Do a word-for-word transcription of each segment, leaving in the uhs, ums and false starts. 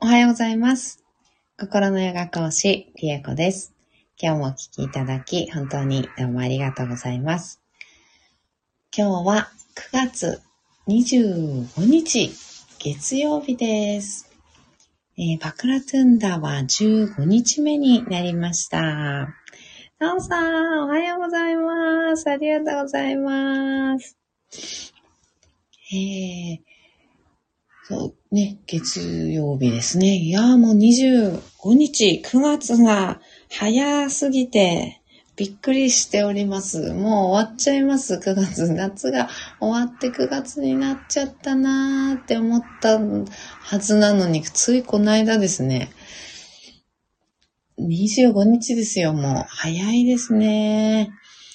おはようございます。心のヨガ講師、リエコです。今日もお聞きいただき、本当にどうもありがとうございます。今日はくがつにじゅうごにち、月曜日です。えー、バクラトゥンダはじゅうごにちめになりました。なおさん、おはようございます。ありがとうございます。えーそうね、月曜日ですね。いやーもうにじゅうごにち、くがつが早すぎてびっくりしております。もう終わっちゃいます、くがつ。夏が終わってくがつになっちゃったなーって思ったはずなのに、ついこの間ですね。にじゅうごにちですよ、もう。早いですね。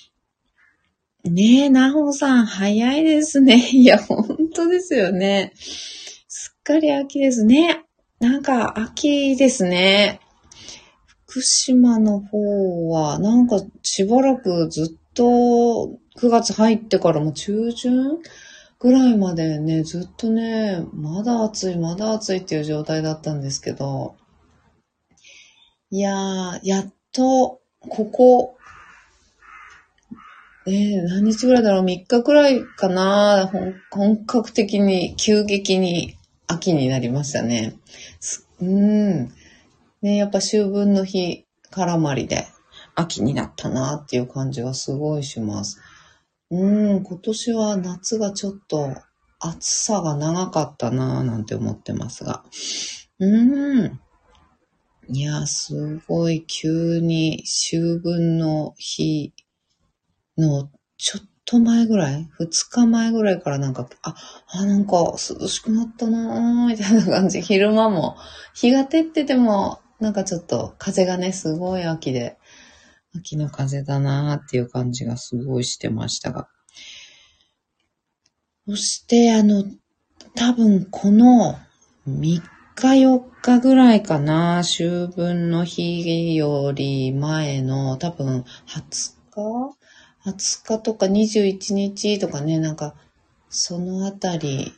ねえ、なほさん、早いですね。いや、本当ですよね。すっかり秋ですね。なんか秋ですね。福島の方はなんかしばらくずっとくがつ入ってからも中旬ぐらいまでね、ずっとね、まだ暑いまだ暑いっていう状態だったんですけど、いやー、やっとここ、ね、何日ぐらいだろう、みっかくらいかな、本、本格的に急激に秋になりましたね。うん。ね、やっぱ秋分の日絡まりで秋になったなっていう感じがすごいします。うん、今年は夏がちょっと暑さが長かったななんて思ってますが。うん。いや、すごい急に秋分の日のちょっと前ぐらい、ふつかまえぐらいからなんか、あ、あ、なんか涼しくなったなーみたいな感じ。昼間も、日が照ってても、なんかちょっと風がね、すごい秋で、秋の風だなーっていう感じがすごいしてましたが。そして、あの、多分このみっかよっかぐらいかな、秋分の日より前の多分はつかはつかとかにじゅういちにちとかね、なんかそのあたり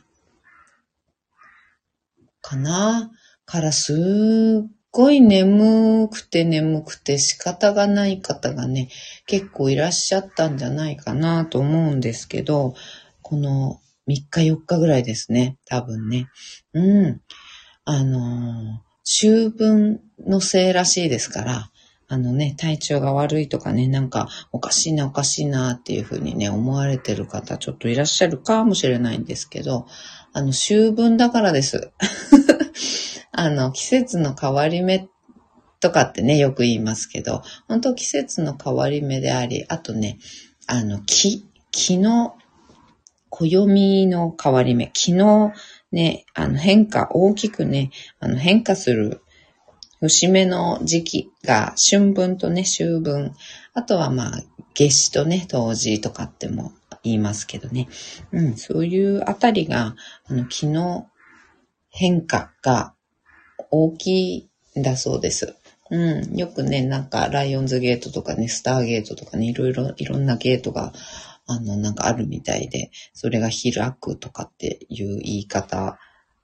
かなからすっごい眠くて眠くて仕方がない方がね、結構いらっしゃったんじゃないかなと思うんですけど、このみっかよっかぐらいですね、多分ね。うん。あの、秋分のせいらしいですから、あのね、体調が悪いとかね、なんかおかしいなおかしいなっていうふうにね、思われてる方ちょっといらっしゃるかもしれないんですけど、あの、秋分だからです。あの、季節の変わり目とかってね、よく言いますけど、本当季節の変わり目であり、あとね、あの、気、気の、暦の変わり目、気のね、あの変化、大きくね、あの変化する節目の時期が春分とね、秋分、あとはまあ、夏至とね、冬至とかっても言いますけどね。うん、そういうあたりが、あの、気の変化が大きいんだそうです。うん、よくね、なんか、ライオンズゲートとかね、スターゲートとかね、いろいろ、いろんなゲートが、あの、なんかあるみたいで、それが開くとかっていう言い方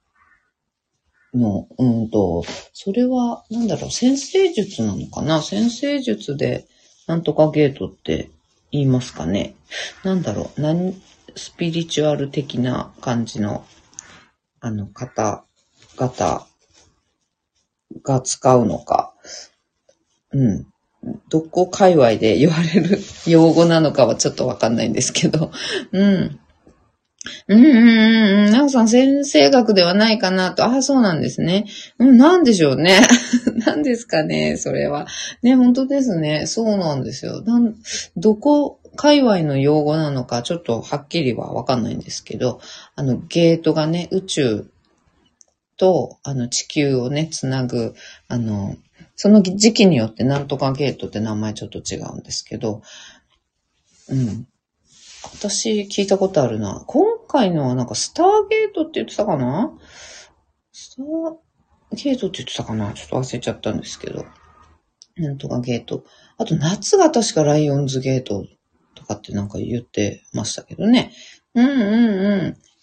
の、うんと、それは、なんだろう、先生術なのかな？先生術で、なんとかゲートって言いますかね。なんだろう、何、スピリチュアル的な感じの、あの、方々が使うのか。うん。どこ界隈で言われる用語なのかはちょっとわかんないんですけど。うん。うんうんうんうん。なおさん先生学ではないかなと。ああ、そうなんですね。うん、なんでしょうね。なんですかね、それは。ね、本当ですね。そうなんですよ。なん、どこ界隈の用語なのかちょっとはっきりはわかんないんですけど、あの、ゲートがね、宇宙と、あの、地球をね、つなぐ、あの、その時期によってなんとかゲートって名前ちょっと違うんですけど、うん。私聞いたことあるな。今回のはなんかスターゲートって言ってたかな？スターゲートって言ってたかな？ちょっと忘れちゃったんですけど。なんとかゲート。あと夏が確かライオンズゲートとかってなんか言ってましたけどね。うんうんうん。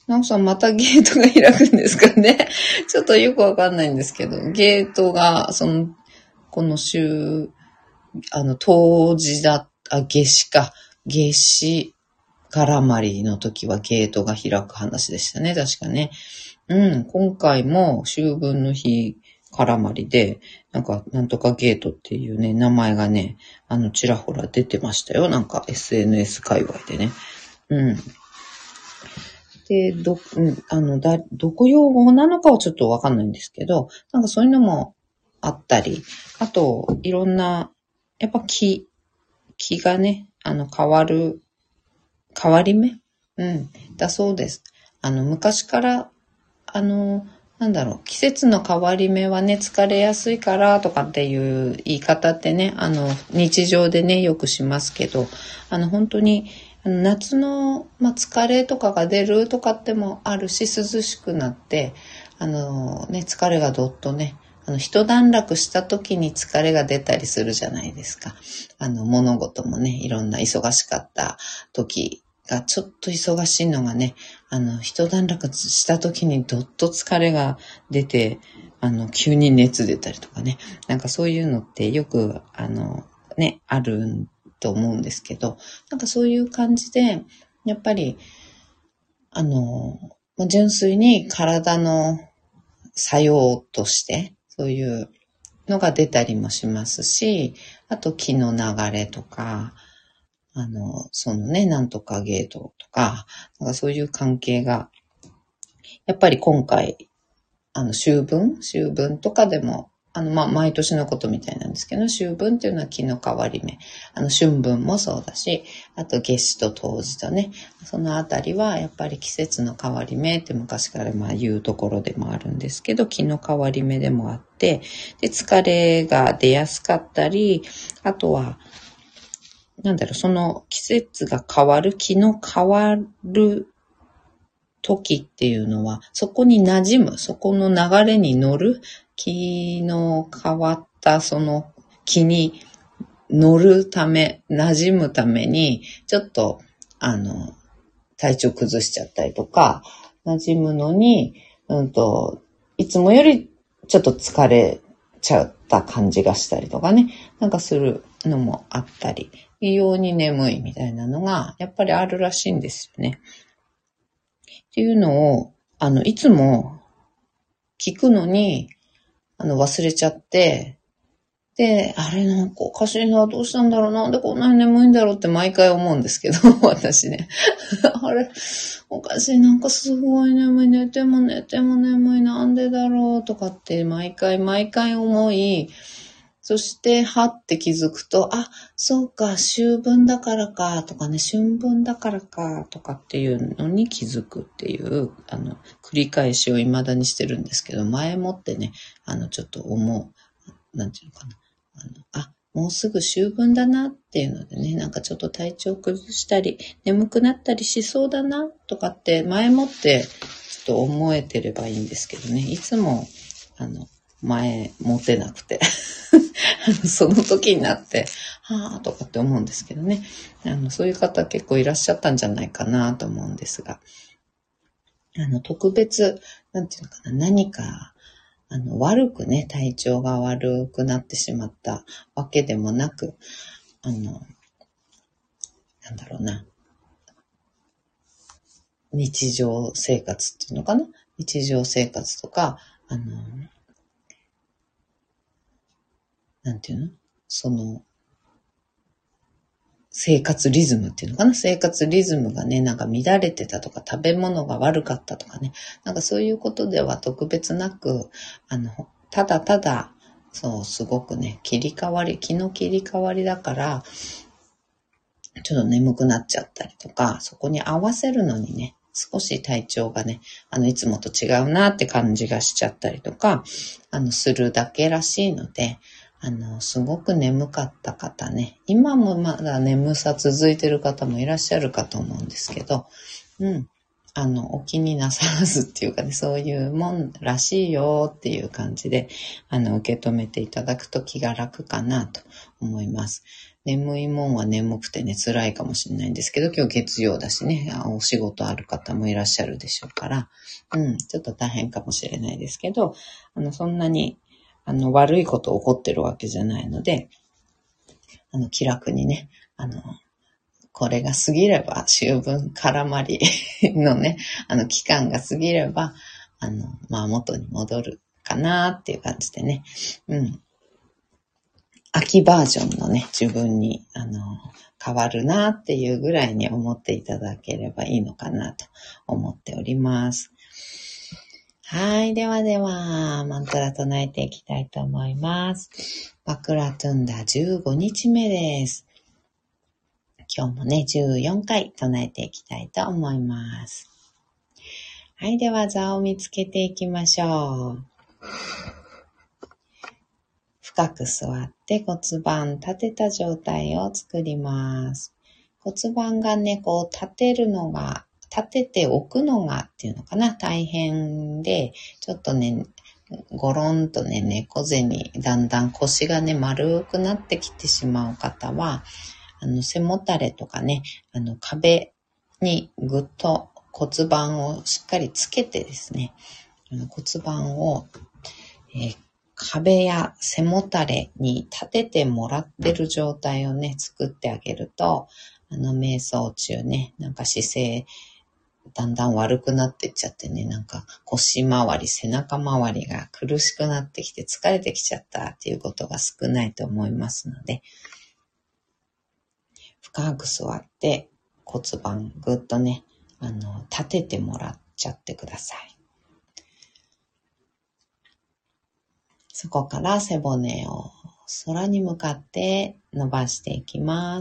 なおさんまたゲートが開くんですかねちょっとよくわかんないんですけど、ゲートが、その、この週、あの、冬至だ、あ、夏至か。夏至絡まりの時はゲートが開く話でしたね、確かね。うん、今回も秋分の日絡まりで、なんか、なんとかゲートっていうね、名前がね、あの、ちらほら出てましたよ。なんか エスエヌエス 界隈でね。うん。で、ど、うん、あの、だ、どこ用語なのかはちょっとわかんないんですけど、なんかそういうのもあったり、あと、いろんな、やっぱ気、気がね、あの、変わる、変わり目うん、だそうです。あの、昔から、あの、なんだろう、季節の変わり目はね、疲れやすいからとかっていう言い方ってね、あの、日常でね、よくしますけど、あの、本当に、あの夏の、まあ、疲れとかが出るとかってもあるし、涼しくなって、あの、ね、疲れがどっとね、あの、一段落した時に疲れが出たりするじゃないですか。あの、物事もね、いろんな忙しかった時が、ちょっと忙しいのがね、あの、一段落した時にどっと疲れが出て、あの、急に熱出たりとかね。なんかそういうのってよく、あの、ね、あると思うんですけど、なんかそういう感じで、やっぱり、あの、純粋に体の作用として、そういうのが出たりもしますし、あと気の流れとか、あの、そのね、なんとかゲートとか、なんかそういう関係が、やっぱり今回、あの、秋分秋分とかでも、あの、まあ、毎年のことみたいなんですけど、秋分っていうのは気の変わり目。あの、春分もそうだし、あと夏至と冬至とね、そのあたりはやっぱり季節の変わり目って昔からまあ言うところでもあるんですけど、気の変わり目でもあって、で、疲れが出やすかったり、あとは、なんだろう、その季節が変わる、気の変わる時っていうのは、そこに馴染む、そこの流れに乗る、気の変わったその気に乗るため、馴染むために、ちょっと、あの、体調崩しちゃったりとか、馴染むのに、うんと、いつもよりちょっと疲れちゃった感じがしたりとかね、なんかするのもあったり、異様に眠いみたいなのが、やっぱりあるらしいんですよね。っていうのを、あの、いつも聞くのに、あの、忘れちゃって、で、あれなんかおかしいな、どうしたんだろう、なんでこんなに眠いんだろうって毎回思うんですけど、私ね。あれ、おかしい、なんかすごい眠い、寝ても寝ても眠い、なんでだろうとかって毎回毎回思い、そして、はって気づくと、あ、そうか、秋分だからか、とかね、春分だからか、とかっていうのに気づくっていう、あの、繰り返しを未だにしてるんですけど、前もってね、あの、ちょっと思う、なんていうのかな。あの、あ、もうすぐ秋分だなっていうのでね、なんかちょっと体調崩したり、眠くなったりしそうだな、とかって前もってちょっと思えてればいいんですけどね、いつも、あの、前持てなくてその時になってはぁとかって思うんですけどね、あのそういう方結構いらっしゃったんじゃないかなと思うんですが、あの特別なんていうのかな、何かあの悪くね、体調が悪くなってしまったわけでもなく、あのなんだろうな、日常生活っていうのかな、日常生活とか、あのなんていうの、その生活リズムっていうのかな、生活リズムがね、なんか乱れてたとか、食べ物が悪かったとかね、なんかそういうことでは特別なく、あの、ただただ、そう、すごくね、切り替わり、気の切り替わりだから、ちょっと眠くなっちゃったりとか、そこに合わせるのにね、少し体調がね、あの、いつもと違うなって感じがしちゃったりとか、あの、するだけらしいので、あの、すごく眠かった方ね、今もまだ眠さ続いてる方もいらっしゃるかと思うんですけど、うん。あの、お気になさらずっていうかね、そういうもんらしいよっていう感じで、あの、受け止めていただくと気が楽かなと思います。 眠いもんは眠くてね、辛いかもしれないんですけど、今日月曜だしね、お仕事ある方もいらっしゃるでしょうから、うん、ちょっと大変かもしれないですけど、あの、そんなに、あの、悪いこと起こってるわけじゃないので、あの、気楽にね、あの、これが過ぎれば、秋分絡まりのね、あの、期間が過ぎれば、あの、まあ、元に戻るかなっていう感じでね、うん。秋バージョンのね、自分に、あの、変わるなっていうぐらいに思っていただければいいのかなと思っております。はい。ではでは、マントラ唱えていきたいと思います。バクラトゥンダじゅうごにちめです。今日もね、じゅうよんかい唱えていきたいと思います。はい。では、座を見つけていきましょう。深く座って骨盤立てた状態を作ります。骨盤がね、こう立てるのが、立てておくのがっていうのかな、大変で、ちょっとね、ゴロンとね、猫背にだんだん腰がね、丸くなってきてしまう方は、あの、背もたれとかね、あの、壁にぐっと骨盤をしっかりつけてですね、あの骨盤を、えー壁や背もたれに立ててもらってる状態をね、作ってあげると、あの、瞑想中ね、なんか姿勢、だんだん悪くなってっちゃってね、なんか腰回り、背中回りが苦しくなってきて疲れてきちゃったっていうことが少ないと思いますので、深く座って骨盤ぐっとね、あの、立ててもらっちゃってください。そこから背骨を空に向かって伸ばしていきます。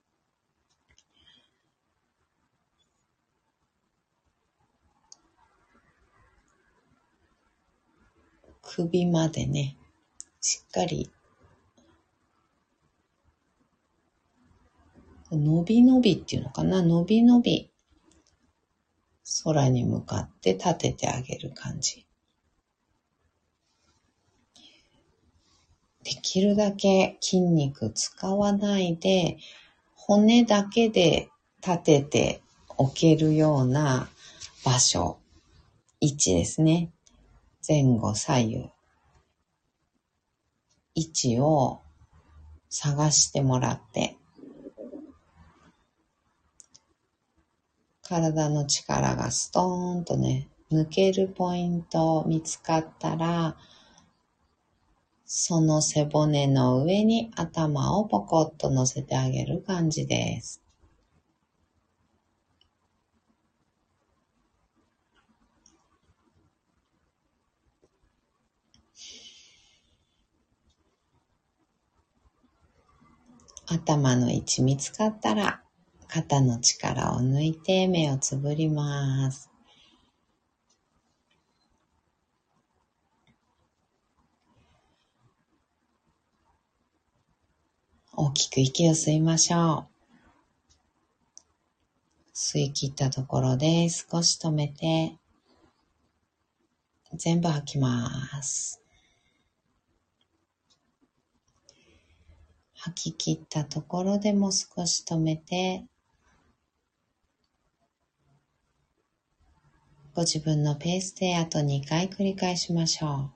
首までね、しっかり伸び伸びっていうのかな、伸び伸び空に向かって立ててあげる感じ。できるだけ筋肉使わないで、骨だけで立てておけるような場所、位置ですね。前後左右。位置を探してもらって、体の力がストーンとね、抜けるポイント見つかったら、その背骨の上に頭をポコッと乗せてあげる感じです。頭の位置見つかったら、肩の力を抜いて目をつぶります。大きく息を吸いましょう。吸い切ったところで少し止めて、全部吐きます。吐き切ったところでも少し止めて、ご自分のペースであとにかい繰り返しましょう。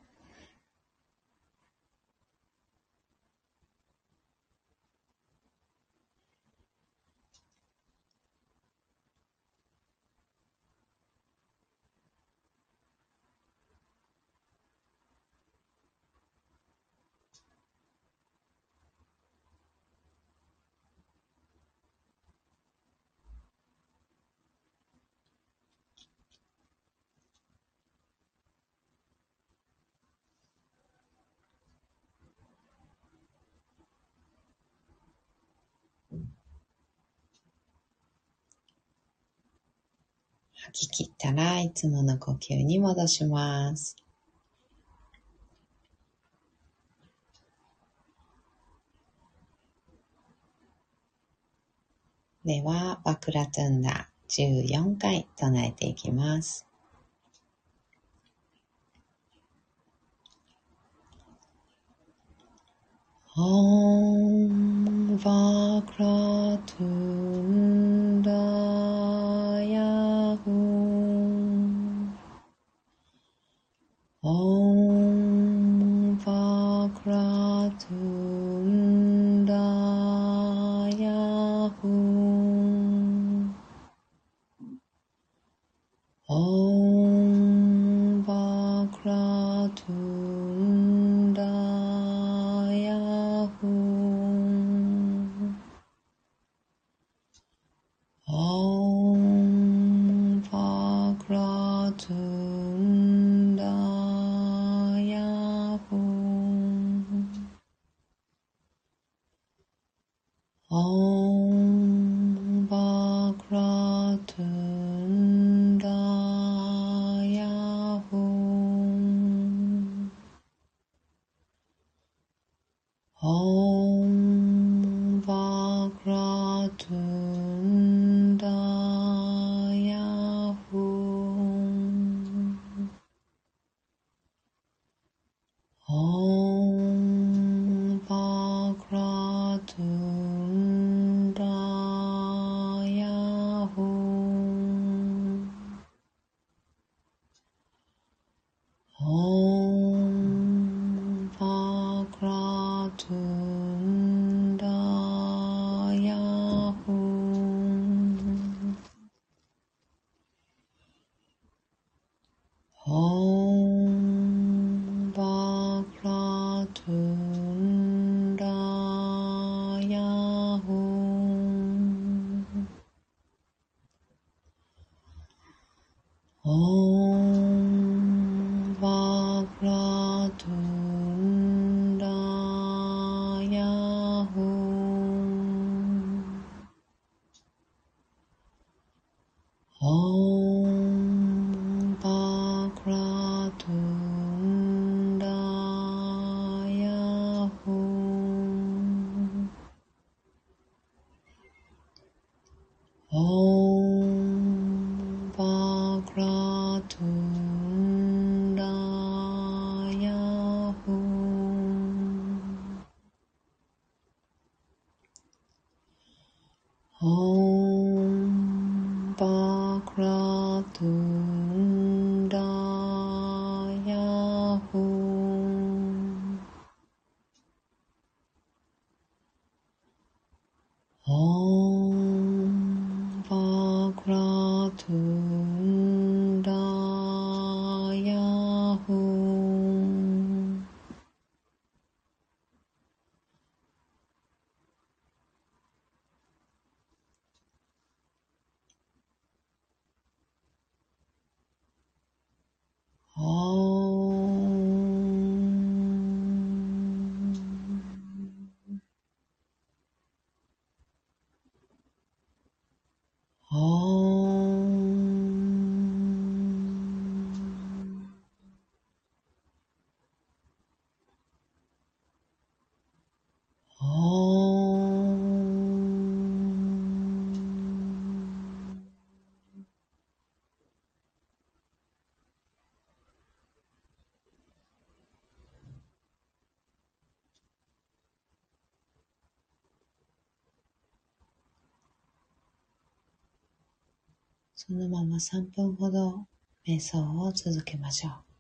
吐き切ったらいつもの呼吸に戻します。では、バクラトゥンダじゅうよんかい唱えていきます。オーンヴァ Om Vakratundaya Hum. Om Vakratundaya Hum. Om Vakratundaya Hum. Om Vakratundaya Hum. Om Vakratundaya Hum. Om Vakratundaya Hum. Om Vakratundaya Hum. Om Vakratundaya Hum. Om Vakratundaya Hum. Om Vakratundaya Hum. Om Vakratundaya Hum. Om Vakratundaya Hum. Om Vakratundaya Hum.そのままさんぷんほど瞑想を続けましょう。